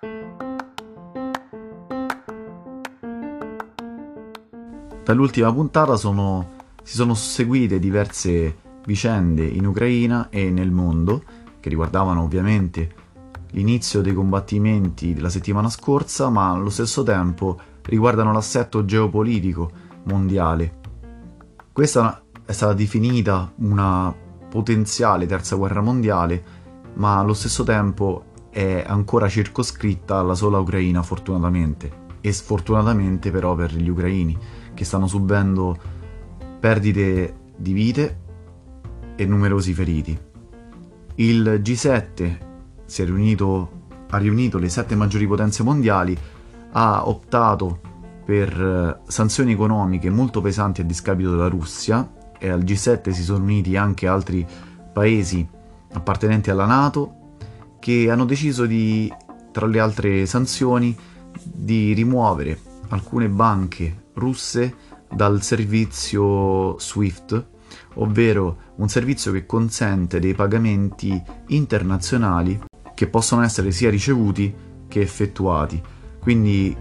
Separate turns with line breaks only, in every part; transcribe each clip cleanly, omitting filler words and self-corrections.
Dall'ultima puntata si sono susseguite diverse vicende in Ucraina e nel mondo che riguardavano ovviamente l'inizio dei combattimenti della settimana scorsa, ma allo stesso tempo riguardano l'assetto geopolitico mondiale. Questa è stata definita una potenziale terza guerra mondiale, ma allo stesso tempo è ancora circoscritta alla sola Ucraina, fortunatamente, e sfortunatamente però per gli ucraini, che stanno subendo perdite di vite e numerosi feriti. Il G7 ha riunito le 7 maggiori potenze mondiali, ha optato per sanzioni economiche molto pesanti a discapito della Russia, e al G7 si sono uniti anche altri paesi appartenenti alla NATO che hanno deciso tra le altre sanzioni, di rimuovere alcune banche russe dal servizio SWIFT, ovvero un servizio che consente dei pagamenti internazionali che possono essere sia ricevuti che effettuati. Quindi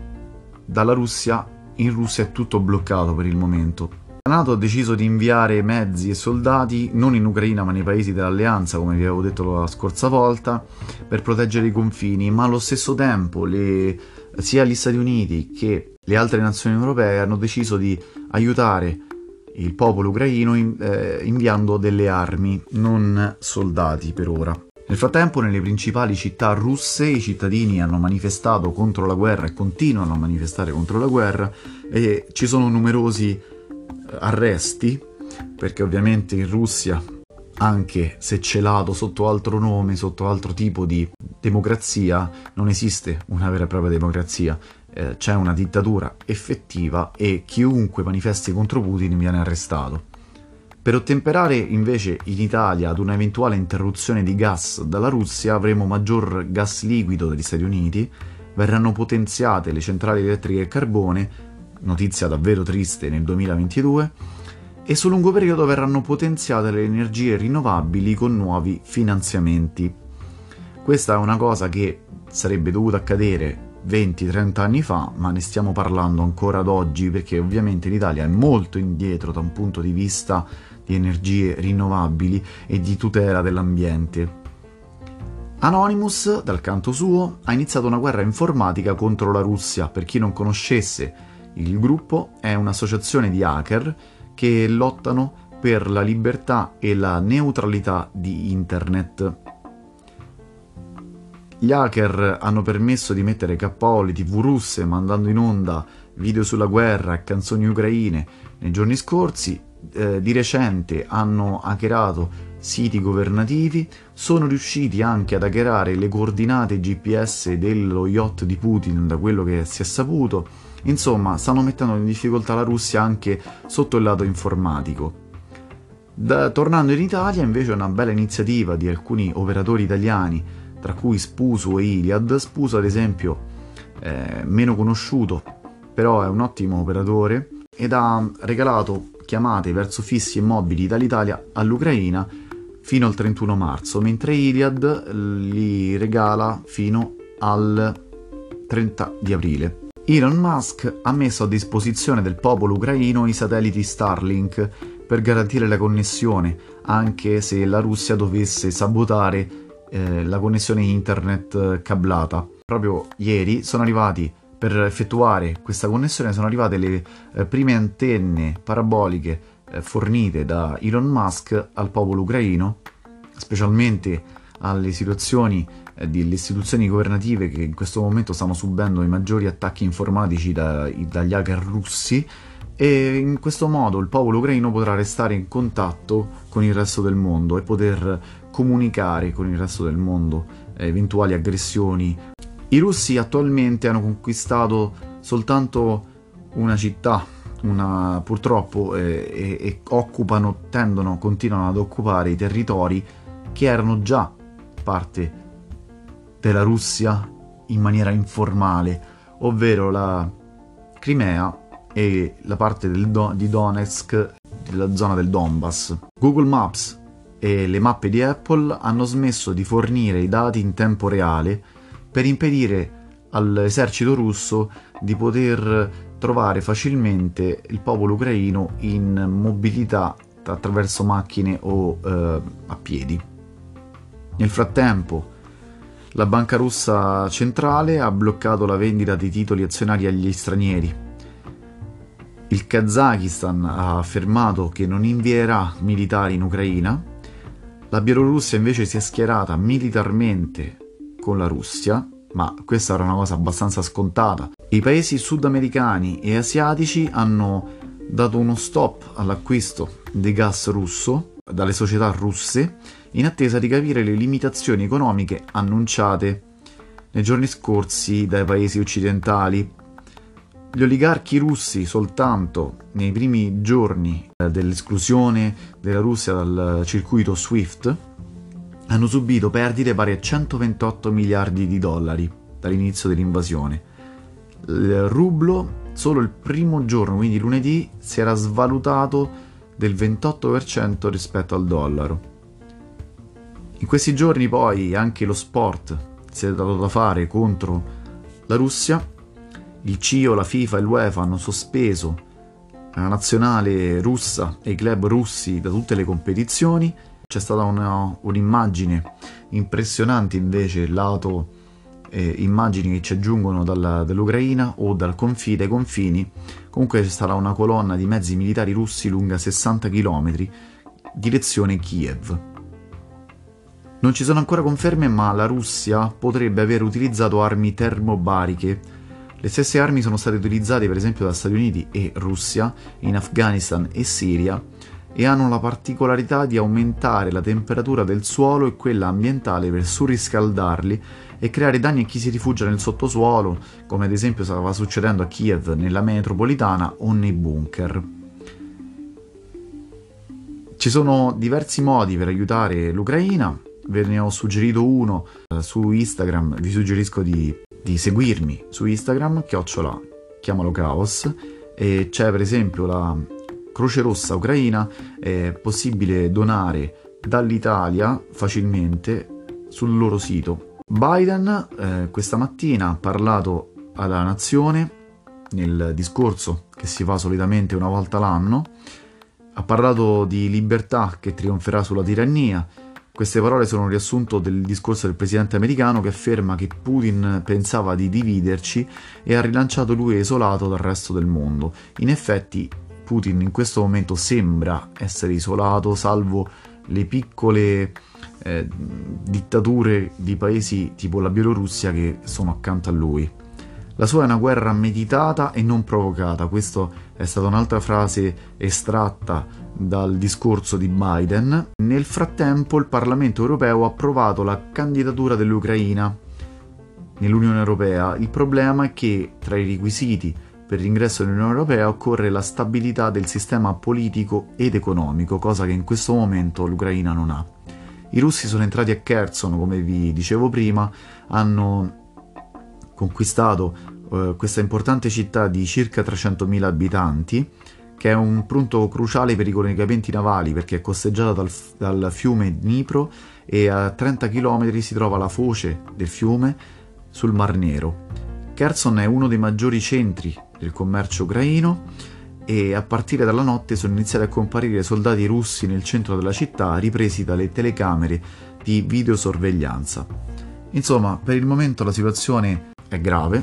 in Russia è tutto bloccato per il momento. La NATO ha deciso di inviare mezzi e soldati non in Ucraina ma nei paesi dell'alleanza, come vi avevo detto la scorsa volta, per proteggere i confini, ma allo stesso tempo sia gli Stati Uniti che le altre nazioni europee hanno deciso di aiutare il popolo ucraino inviando delle armi, non soldati per ora. Nel frattempo, nelle principali città russe i cittadini hanno manifestato contro la guerra e continuano a manifestare contro la guerra, e ci sono numerosi arresti, perché ovviamente in Russia, anche se celato sotto altro nome, sotto altro tipo di democrazia, non esiste una vera e propria democrazia. C'è una dittatura effettiva e chiunque manifesti contro Putin viene arrestato. Per ottemperare invece in Italia ad una eventuale interruzione di gas dalla Russia avremo maggior gas liquido dagli Stati Uniti, verranno potenziate le centrali elettriche a carbone, notizia davvero triste nel 2022, e sul lungo periodo verranno potenziate le energie rinnovabili con nuovi finanziamenti. Questa è una cosa che sarebbe dovuta accadere 20-30 anni fa, ma ne stiamo parlando ancora ad oggi, perché ovviamente l'Italia è molto indietro da un punto di vista di energie rinnovabili e di tutela dell'ambiente. Anonymous, dal canto suo, ha iniziato una guerra informatica contro la Russia. Per chi non conoscesse, il gruppo è un'associazione di hacker che lottano per la libertà e la neutralità di Internet. Gli hacker hanno permesso di mettere KO le TV russe, mandando in onda video sulla guerra e canzoni ucraine nei giorni scorsi. Di recente hanno hackerato siti governativi, sono riusciti anche ad hackerare le coordinate GPS dello yacht di Putin, da quello che si è saputo. Insomma, stanno mettendo in difficoltà la Russia anche sotto il lato informatico. Tornando in Italia, invece, è una bella iniziativa di alcuni operatori italiani, tra cui Spusu e Iliad. Spusu, ad esempio, meno conosciuto, però è un ottimo operatore, ed ha regalato chiamate verso fissi e mobili dall'Italia all'Ucraina fino al 31 marzo, mentre Iliad li regala fino al 30 di aprile. Elon Musk ha messo a disposizione del popolo ucraino i satelliti Starlink per garantire la connessione, anche se la Russia dovesse sabotare la connessione internet cablata. Proprio ieri per effettuare questa connessione sono arrivate le prime antenne paraboliche fornite da Elon Musk al popolo ucraino, specialmente alle situazioni delle istituzioni governative che in questo momento stanno subendo i maggiori attacchi informatici dagli hacker russi, e in questo modo il popolo ucraino potrà restare in contatto con il resto del mondo e poter comunicare con il resto del mondo eventuali aggressioni. I russi attualmente hanno conquistato soltanto una città, purtroppo, e continuano ad occupare i territori che erano già parte della Russia in maniera informale, ovvero la Crimea e la parte di Donetsk, della zona del Donbass. Google Maps e le mappe di Apple hanno smesso di fornire i dati in tempo reale per impedire all'esercito russo di poter trovare facilmente il popolo ucraino in mobilità attraverso macchine o a piedi. Nel frattempo, la banca russa centrale ha bloccato la vendita di titoli azionari agli stranieri. Il Kazakistan ha affermato che non invierà militari in Ucraina. La Bielorussia invece si è schierata militarmente con la Russia, ma questa era una cosa abbastanza scontata. I paesi sudamericani e asiatici hanno dato uno stop all'acquisto di gas russo dalle società russe in attesa di capire le limitazioni economiche annunciate nei giorni scorsi dai paesi occidentali. Gli oligarchi russi soltanto nei primi giorni dell'esclusione della Russia dal circuito SWIFT hanno subito perdite pari a 128 miliardi di dollari dall'inizio dell'invasione. Il rublo solo il primo giorno, quindi lunedì, si era svalutato del 28% rispetto al dollaro. In questi giorni poi anche lo sport si è dato da fare contro la Russia. Il CIO, la FIFA e l'UEFA hanno sospeso la nazionale russa e i club russi da tutte le competizioni. C'è stata un'immagine impressionante invece lato immagini che ci aggiungono dall'Ucraina o dai confini. Comunque c'è stata una colonna di mezzi militari russi lunga 60 km direzione Kiev. Non ci sono ancora conferme, ma la Russia potrebbe aver utilizzato armi termobariche. Le stesse armi sono state utilizzate per esempio da Stati Uniti e Russia in Afghanistan e Siria e hanno la particolarità di aumentare la temperatura del suolo e quella ambientale per surriscaldarli e creare danni a chi si rifugia nel sottosuolo, come ad esempio stava succedendo a Kiev, nella metropolitana o nei bunker. Ci sono diversi modi per aiutare l'Ucraina, ve ne ho suggerito uno su Instagram, vi suggerisco di seguirmi su Instagram, @chiamalocaos, e c'è per esempio la Croce Rossa Ucraina, è possibile donare dall'Italia facilmente sul loro sito. Biden questa mattina ha parlato alla nazione nel discorso che si fa solitamente una volta l'anno, ha parlato di libertà che trionferà sulla tirannia. Queste parole sono un riassunto del discorso del presidente americano che afferma che Putin pensava di dividerci e ha rilanciato lui isolato dal resto del mondo. In effetti Putin in questo momento sembra essere isolato, salvo le piccole dittature di paesi tipo la Bielorussia che sono accanto a lui. La sua è una guerra meditata e non provocata. Questa è stata un'altra frase estratta dal discorso di Biden. Nel frattempo il Parlamento europeo ha approvato la candidatura dell'Ucraina nell'Unione Europea. Il problema è che tra i requisiti per l'ingresso nell'Unione Europea occorre la stabilità del sistema politico ed economico, cosa che in questo momento l'Ucraina non ha. I russi sono entrati a Kherson, come vi dicevo prima, hanno conquistato questa importante città di circa 300.000 abitanti, che è un punto cruciale per i collegamenti navali perché è costeggiata dal fiume Dnipro e a 30 km si trova la foce del fiume sul Mar Nero. Kherson è uno dei maggiori centri del commercio ucraino e a partire dalla notte sono iniziati a comparire soldati russi nel centro della città ripresi dalle telecamere di videosorveglianza. Insomma, per il momento la situazione è grave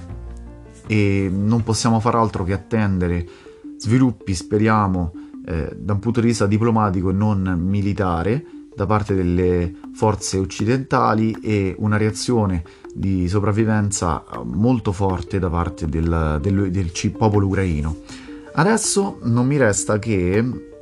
e non possiamo far altro che attendere sviluppi, speriamo, da un punto di vista diplomatico e non militare da parte delle forze occidentali e una reazione di sopravvivenza molto forte da parte del popolo ucraino. Adesso non mi resta che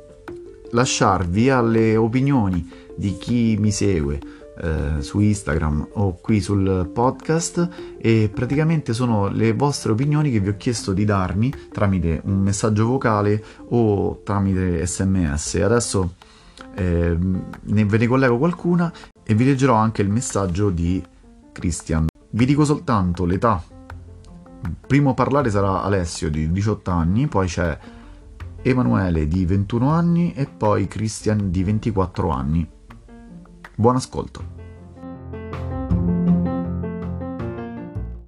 lasciarvi alle opinioni di chi mi segue su Instagram o qui sul podcast, e praticamente sono le vostre opinioni che vi ho chiesto di darmi tramite un messaggio vocale o tramite SMS. Adesso ve ne collego qualcuna e vi leggerò anche il messaggio di Christian. Vi dico soltanto l'età. Primo a parlare sarà Alessio di 18 anni, poi c'è Emanuele di 21 anni e poi Christian di 24 anni. Buon ascolto.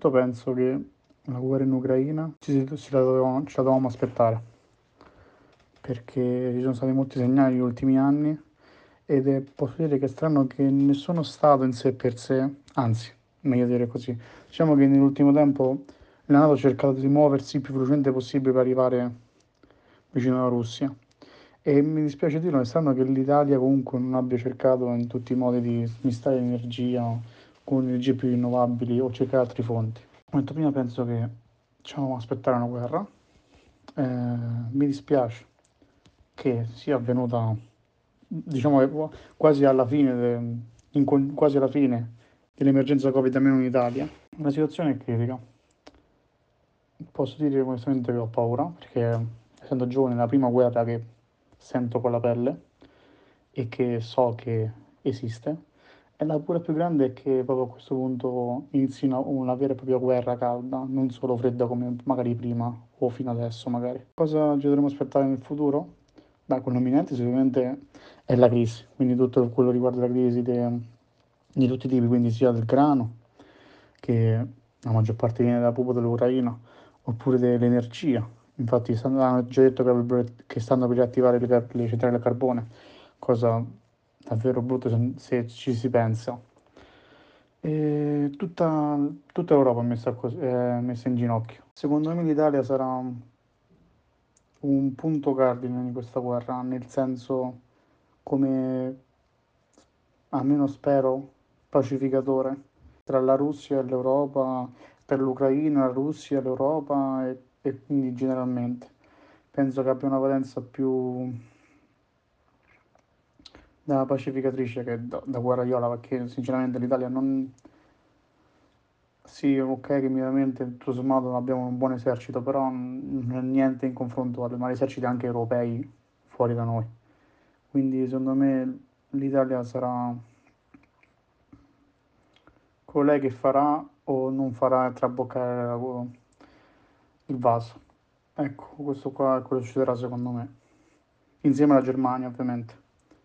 tutto penso che la guerra in Ucraina ce la dovevamo aspettare, perché ci sono stati molti segnali negli ultimi anni posso dire che è strano che nessuno Stato in sé per sé, anzi, meglio dire così, diciamo che nell'ultimo tempo la NATO ha cercato di muoversi il più velocemente possibile per arrivare vicino alla Russia. E mi dispiace dirlo, è strano che l'Italia comunque non abbia cercato in tutti i modi di smistare l'energia con energie più rinnovabili o cercare altre fonti. Come detto prima, penso che ci dobbiamo aspettare una guerra. Mi dispiace che sia avvenuta, diciamo, quasi alla fine, quasi alla fine dell'emergenza Covid, almeno in Italia. La situazione è critica. Posso dire onestamente che ho paura, perché essendo giovane è la prima guerra che sento con la pelle e che so che esiste. E la paura più grande è che proprio a questo punto inizi una vera e propria guerra calda, non solo fredda come magari prima o fino adesso magari. Cosa ci dovremmo aspettare nel futuro? Beh, quello imminente sicuramente è la crisi, quindi tutto quello riguarda la crisi di tutti i tipi, quindi sia del grano, che la maggior parte viene proprio dall'Ucraina, oppure dell'energia. Infatti hanno già detto che stanno per riattivare le centrali a carbone, cosa davvero brutta se ci si pensa. E tutta l'Europa è messa in ginocchio. Secondo me l'Italia sarà un punto cardine di questa guerra, nel senso come, almeno spero, pacificatore tra la Russia e l'Europa, per l'Ucraina, la Russia, l'Europa e quindi generalmente. Penso che abbia una valenza più da pacificatrice che da guerraiola, perché sinceramente l'Italia non. Sì, ok, che mediamente tutto sommato abbiamo un buon esercito, però non è niente in confronto agli eserciti anche europei fuori da noi. Quindi secondo me l'Italia sarà colei che farà o non farà traboccare il vaso. Ecco, questo qua è quello che succederà secondo me, insieme alla Germania ovviamente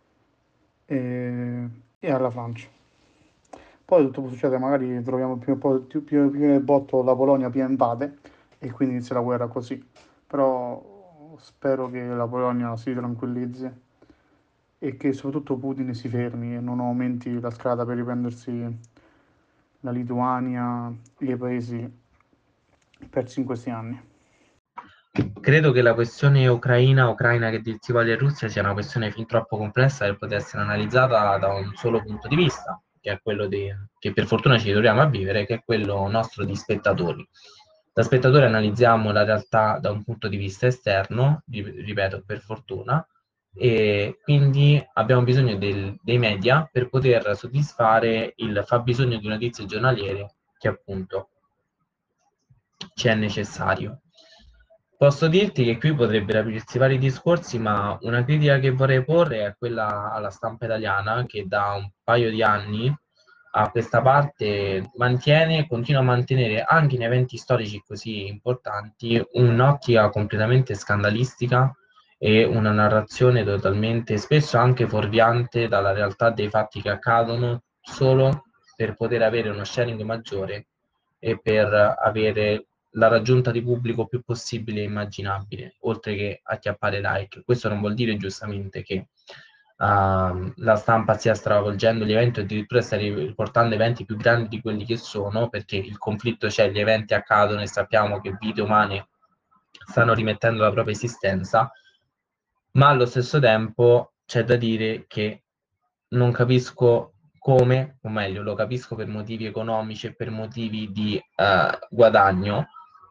e alla Francia. Poi tutto può succedere, magari troviamo più nel botto la Polonia piantate e quindi inizia la guerra così. Però spero che la Polonia si tranquillizzi e che soprattutto Putin si fermi e non aumenti la strada per riprendersi la Lituania e i paesi persi in questi anni.
Credo che la questione ucraina che dir si voglia in Russia sia una questione fin troppo complessa per poter essere analizzata da un solo punto di vista, che è quello che per fortuna ci troviamo a vivere, che è quello nostro di spettatori. Da spettatori analizziamo la realtà da un punto di vista esterno, ripeto, per fortuna, e quindi abbiamo bisogno dei media per poter soddisfare il fabbisogno di notizie giornaliere che appunto ci è necessario. Posso dirti che qui potrebbero aprirsi vari discorsi, ma una critica che vorrei porre è quella alla stampa italiana che da un paio di anni a questa parte mantiene e continua a mantenere anche in eventi storici così importanti un'ottica completamente scandalistica e una narrazione totalmente, spesso anche fuorviante dalla realtà dei fatti che accadono, solo per poter avere uno sharing maggiore e per avere la raggiunta di pubblico più possibile e immaginabile, oltre che acchiappare like. Questo non vuol dire giustamente che la stampa stia stravolgendo gli eventi o addirittura stia riportando eventi più grandi di quelli che sono, perché il conflitto c'è, gli eventi accadono e sappiamo che vite umane stanno rimettendo la propria esistenza, ma allo stesso tempo c'è da dire che non capisco come, o meglio, lo capisco per motivi economici e per motivi di guadagno,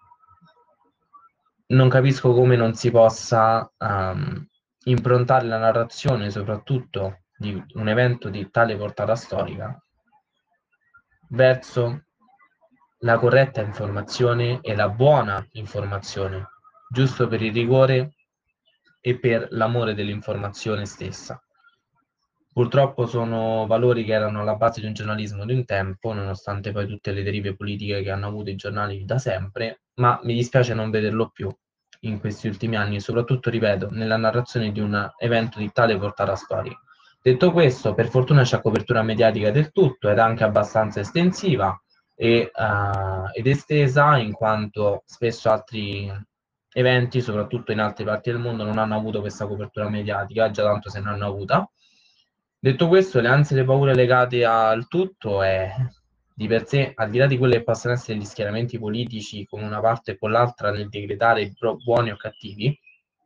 non capisco come non si possa improntare la narrazione, soprattutto di un evento di tale portata storica, verso la corretta informazione e la buona informazione, giusto per il rigore e per l'amore dell'informazione stessa. Purtroppo sono valori che erano alla base di un giornalismo di un tempo, nonostante poi tutte le derive politiche che hanno avuto i giornali da sempre, ma mi dispiace non vederlo più in questi ultimi anni, soprattutto, ripeto, nella narrazione di un evento di tale portata storica. Detto questo, per fortuna c'è copertura mediatica del tutto ed anche abbastanza estensiva, ed estesa, in quanto spesso altri eventi, soprattutto in altre parti del mondo, non hanno avuto questa copertura mediatica, già tanto se ne hanno avuta. Detto questo, le ansie e le paure legate al tutto è di per sé, al di là di quelle che possono essere gli schieramenti politici con una parte e con l'altra nel decretare i buoni o cattivi,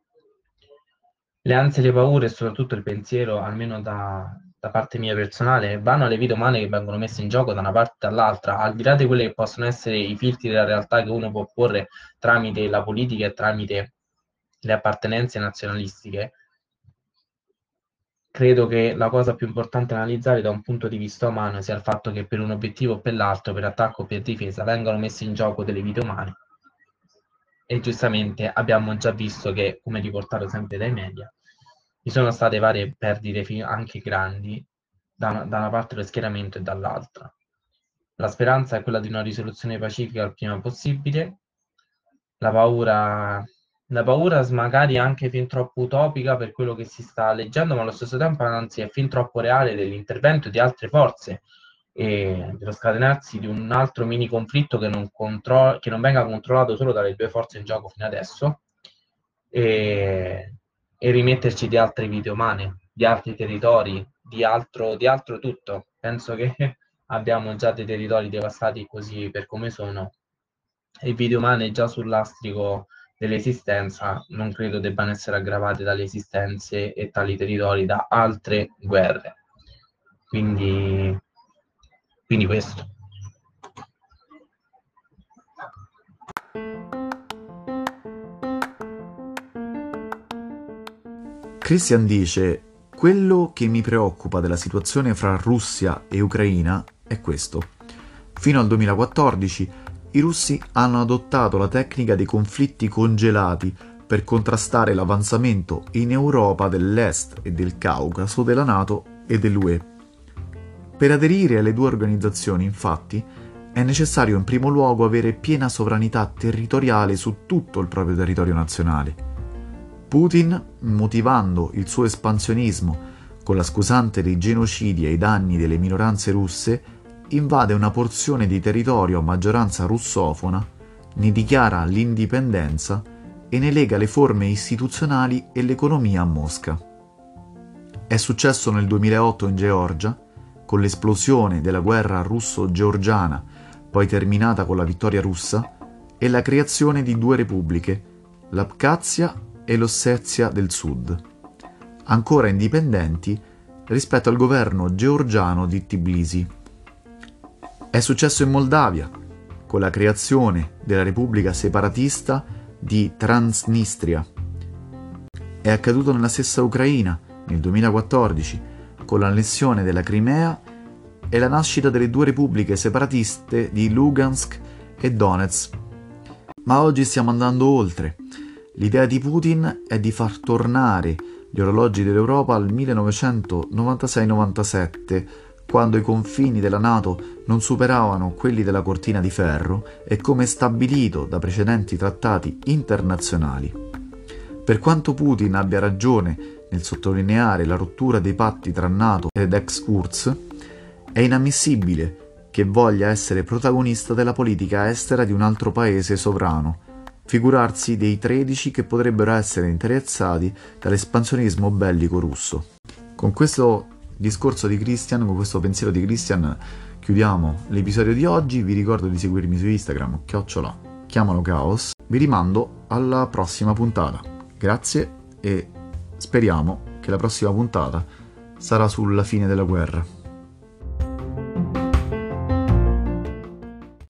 le ansie e le paure e soprattutto il pensiero, almeno da parte mia personale, vanno alle vite umane che vengono messe in gioco da una parte all'altra, al di là di quelli che possono essere i filtri della realtà che uno può porre tramite la politica e tramite le appartenenze nazionalistiche. Credo che la cosa più importante da analizzare da un punto di vista umano sia il fatto che per un obiettivo o per l'altro, per attacco o per difesa, vengano messe in gioco delle vite umane. E giustamente abbiamo già visto che, come riportato sempre dai media, ci sono state varie perdite anche grandi da una parte dello schieramento e dall'altra. La speranza è quella di una risoluzione pacifica il prima possibile. La paura magari anche fin troppo utopica per quello che si sta leggendo, ma allo stesso tempo anzi è fin troppo reale dell'intervento di altre forze e dello scatenarsi di un altro mini conflitto che non venga controllato solo dalle due forze in gioco fino adesso e rimetterci di altre vite umane, di altri territori, di altro tutto. Penso che abbiamo già dei territori devastati così per come sono e vite umane già sul lastrico dell'esistenza non credo debbano essere aggravate dalle esistenze e tali territori da altre guerre. Quindi questo.
Christian dice: quello che mi preoccupa della situazione fra Russia e Ucraina è questo. Fino al 2014 i russi hanno adottato la tecnica dei conflitti congelati per contrastare l'avanzamento in Europa dell'Est e del Caucaso della NATO e dell'UE. Per aderire alle due organizzazioni, infatti, è necessario in primo luogo avere piena sovranità territoriale su tutto il proprio territorio nazionale. Putin, motivando il suo espansionismo con la scusante dei genocidi ai danni delle minoranze russe, invade una porzione di territorio a maggioranza russofona, ne dichiara l'indipendenza e ne lega le forme istituzionali e l'economia a Mosca. È successo nel 2008 in Georgia, con l'esplosione della guerra russo-georgiana, poi terminata con la vittoria russa, e la creazione di due repubbliche, l'Abkhazia e l'Ossetia del Sud, ancora indipendenti rispetto al governo georgiano di Tbilisi. È successo in Moldavia, con la creazione della Repubblica separatista di Transnistria. È accaduto nella stessa Ucraina, nel 2014, con l'annessione della Crimea e la nascita delle due repubbliche separatiste di Lugansk e Donetsk. Ma oggi stiamo andando oltre. L'idea di Putin è di far tornare gli orologi dell'Europa al 1996-97, quando i confini della NATO non superavano quelli della cortina di ferro e come stabilito da precedenti trattati internazionali. Per quanto Putin abbia ragione nel sottolineare la rottura dei patti tra NATO ed ex-URSS, è inammissibile che voglia essere protagonista della politica estera di un altro paese sovrano, figurarsi dei 13 che potrebbero essere interessati dall'espansionismo bellico russo. Con questo discorso di Christian, con questo pensiero di Christian, chiudiamo l'episodio di oggi. Vi ricordo di seguirmi su Instagram, @chiamalocaos. Vi rimando alla prossima puntata. Grazie e speriamo che la prossima puntata sarà sulla fine della guerra.